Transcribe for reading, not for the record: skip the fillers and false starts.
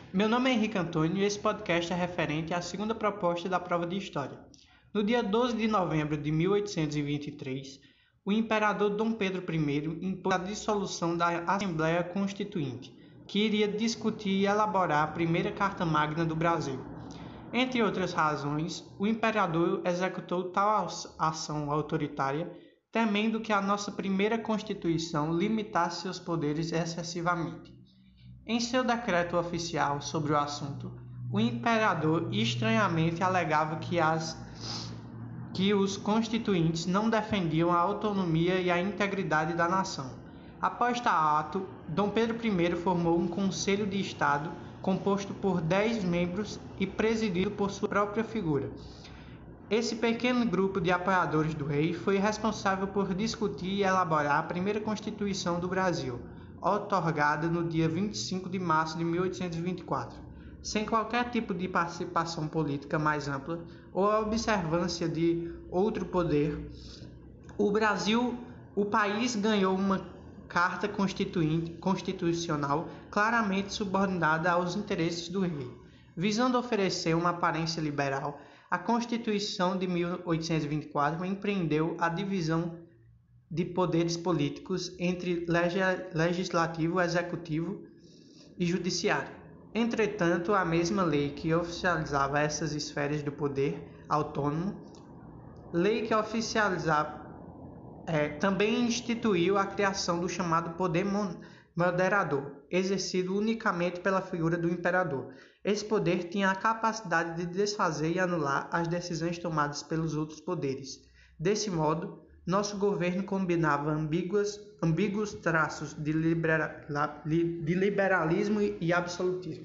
Meu nome é Henrique Antônio e esse podcast é referente à segunda proposta da prova de História. No dia 12 de novembro de 1823, o imperador Dom Pedro I impôs a dissolução da Assembleia Constituinte, que iria discutir e elaborar a primeira Carta Magna do Brasil. Entre outras razões, o imperador executou tal ação autoritária, temendo que a nossa primeira Constituição limitasse seus poderes excessivamente. Em seu decreto oficial sobre o assunto, o imperador estranhamente alegava que os constituintes não defendiam a autonomia e a integridade da nação. Após tal ato, Dom Pedro I formou um Conselho de Estado composto por 10 membros e presidido por sua própria figura. Esse pequeno grupo de apoiadores do rei foi responsável por discutir e elaborar a primeira Constituição do Brasil, outorgada no dia 25 de março de 1824, sem qualquer tipo de participação política mais ampla ou a observância de outro poder. O país ganhou uma carta constitucional claramente subordinada aos interesses do rei. Visando oferecer uma aparência liberal, a Constituição de 1824 empreendeu a divisão de poderes políticos entre legislativo, executivo e judiciário. Entretanto, a mesma lei que oficializava essas esferas do poder autônomo, também instituiu a criação do chamado poder moderador, exercido unicamente pela figura do imperador. Esse poder tinha a capacidade de desfazer e anular as decisões tomadas pelos outros poderes. Desse modo, nosso governo combinava ambíguos traços de liberalismo e absolutismo.